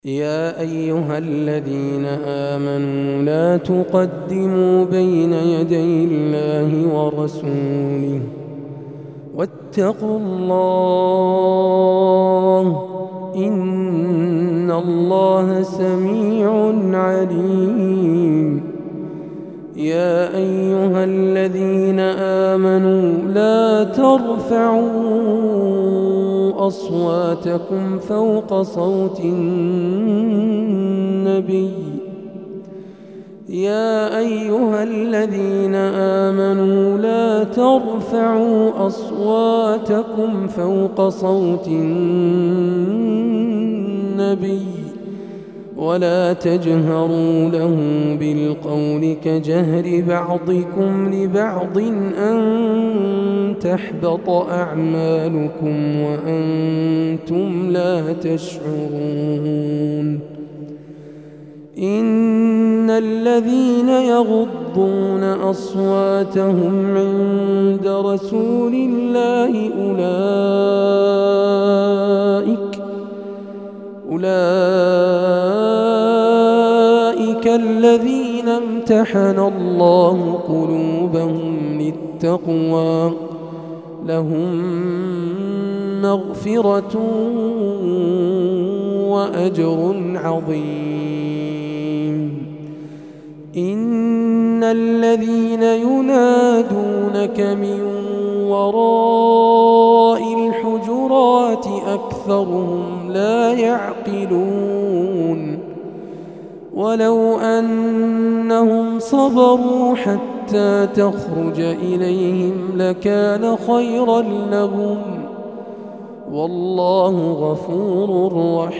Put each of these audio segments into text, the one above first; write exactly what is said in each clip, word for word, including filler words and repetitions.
يا أيها الذين آمنوا لا تقدموا بين يدي الله ورسوله واتقوا الله إن الله سميع عليم. يا أيها الذين آمنوا لا ترفعوا أصواتكم فوق صوت النبي يا أيها الذين آمنوا لا ترفعوا أصواتكم فوق صوت النبي ولا تجهروا له بالقول كجهر بعضكم لبعض أن تحبط أعمالكم وأنتم لا تشعرون. إن الذين يغضون أصواتهم عند رسول الله أولئك أولئك الذين امتحن الله قلوبهم للتقوى لهم مغفرة وأجر عظيم. إن الذين ينادونك من وراء الحجرات أكثرهم لا يعقلون. ولو أنهم صبروا حتى تخرج إليهم لكان خيرا لهم والله غفور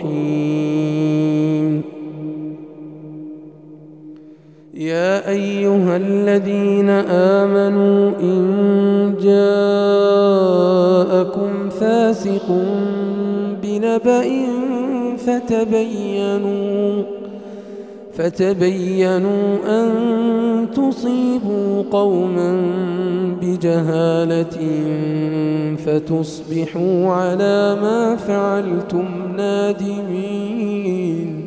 رحيم. يا أيها الذين آمنوا إن جاءكم فاسق بنبأ فتبينوا فتبينوا أن تصيبوا قوما بجهالة فتصبحوا على ما فعلتم نادمين.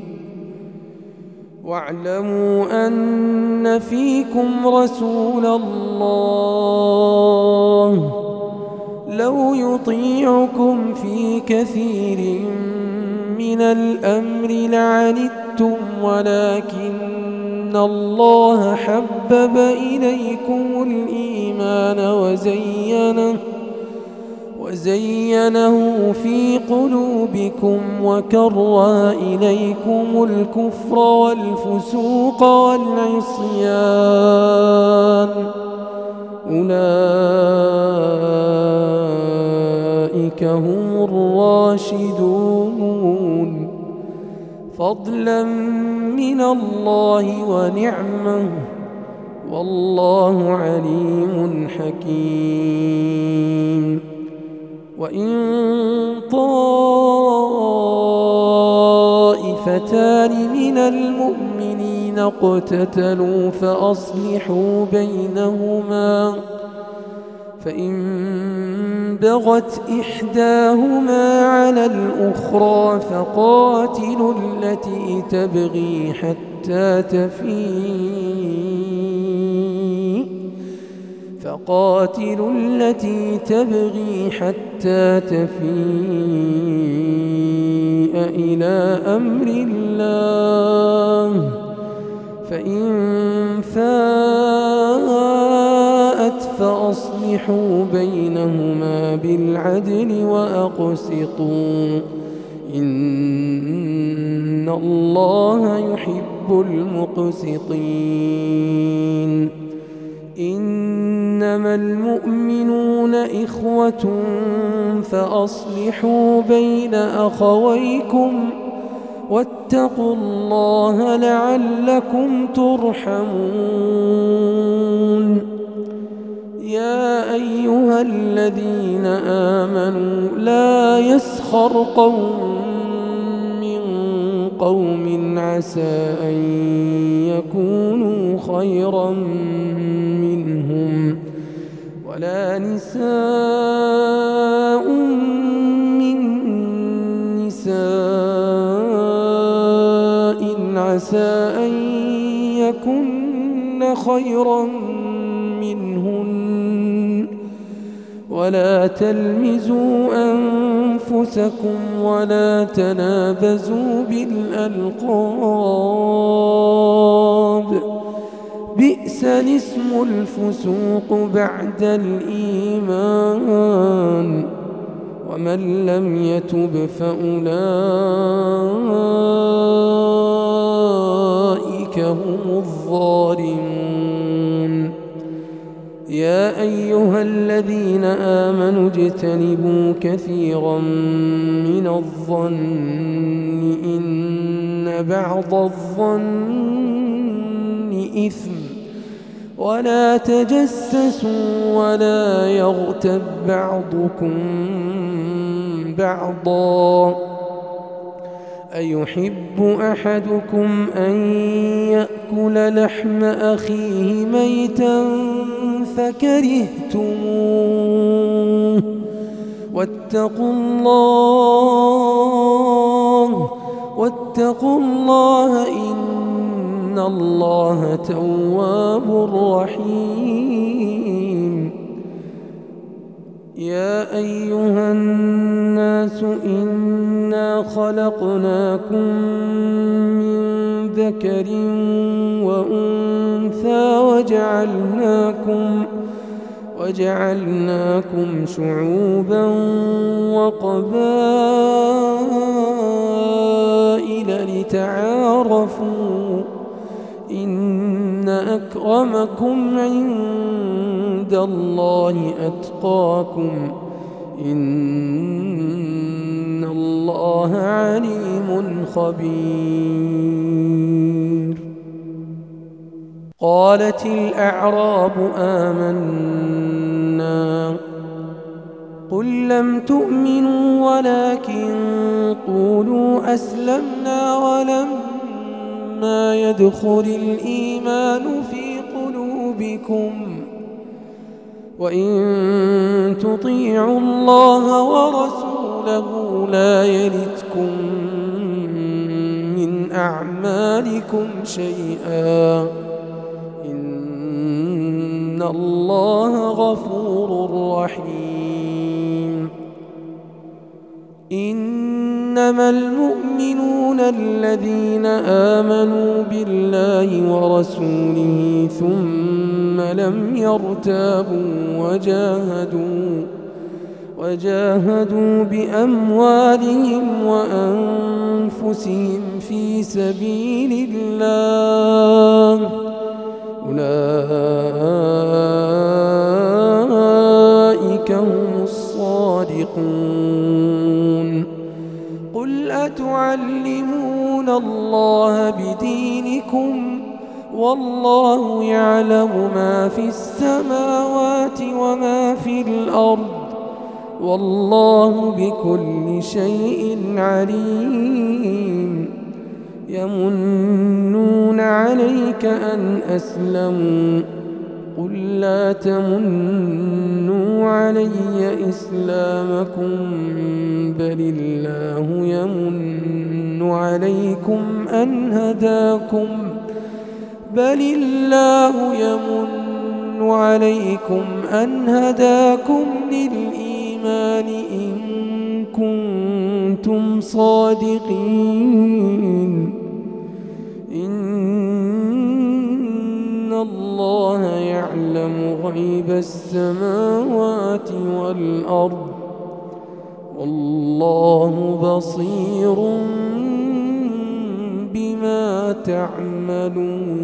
واعلموا أن فيكم رسول الله لو يطيعكم في كثير من الأمر لعنتم ولكن الله حبب إليكم الإيمان وزينه وزينه في قلوبكم وكره إليكم الكفر والفسوق والعصيان أولئك هم الراشدون فضلا من الله ونعمه والله عليم حكيم. وإن طائفتان من المؤمنين اقتتلوا فأصلحوا بينهما فإن بغت إحداهما على الأخرى فقاتلوا التي تبغي حتى تفيء فقاتلوا التي تبغي حتى تفيء إلى أمر الله فإن فاءت فأصلحوا بينهما بالعدل وأقسطوا إن الله يحب المقسطين. إنما المؤمنون إخوة فأصلحوا بين أخويكم واتقوا الله لعلكم ترحمون. يا أيها الذين آمنوا لا يسخر قوم من قوم عسى أن يكونوا خيرا منهم ولا نساء من نساء وعسى أن يكن خيرا منهن ولا تلمزوا أنفسكم ولا تنابزوا بالألقاب بئس الاسم الفسوق بعد الإيمان ومن لم يتب فأولئك هم الظالمون يا أيها الذين آمنوا اجتنبوا كثيرا من الظن إن بعض الظن إثم ولا تجسسوا ولا يغتب بعضكم بعضا أيحب أحدكم أن يأكل لحم أخيه ميتا فكرهتموه واتقوا الله واتقوا الله إن الله تواب رحيم يا أيها الناس إنا خلقناكم من ذكر وأنثى وجعلناكم وجعلناكم شعوبا وقبائل لتعارفوا إن أكرمكم عند الله أتقاكم إن الله عليم خبير قالت الأعراب آمنا قل لم تؤمنوا ولكن قولوا أسلمنا ولما يدخل الإيمان في قلوبكم وإن تطيعوا الله ورسوله لا يلتكم من أعمالكم شيئا إن الله غفور رحيم إنما المؤمنون الذين آمنوا بالله ورسوله ثم لم يرتابوا وجاهدوا وجاهدوا بأموالهم وأنفسهم في سبيل الله أولئك هم الصادقون قل أتعلمون الله بدينكم والله يعلم ما في السماوات وما في الأرض والله بكل شيء عليم يمنون عليك أن أسلموا قل لا تمنوا علي إسلامكم بل الله يمن عليكم أن هداكم بل الله يمن عليكم أن هداكم للإيمان إن كنتم صادقين إن الله يعلم غيب السماوات والأرض والله بصير بما تعملون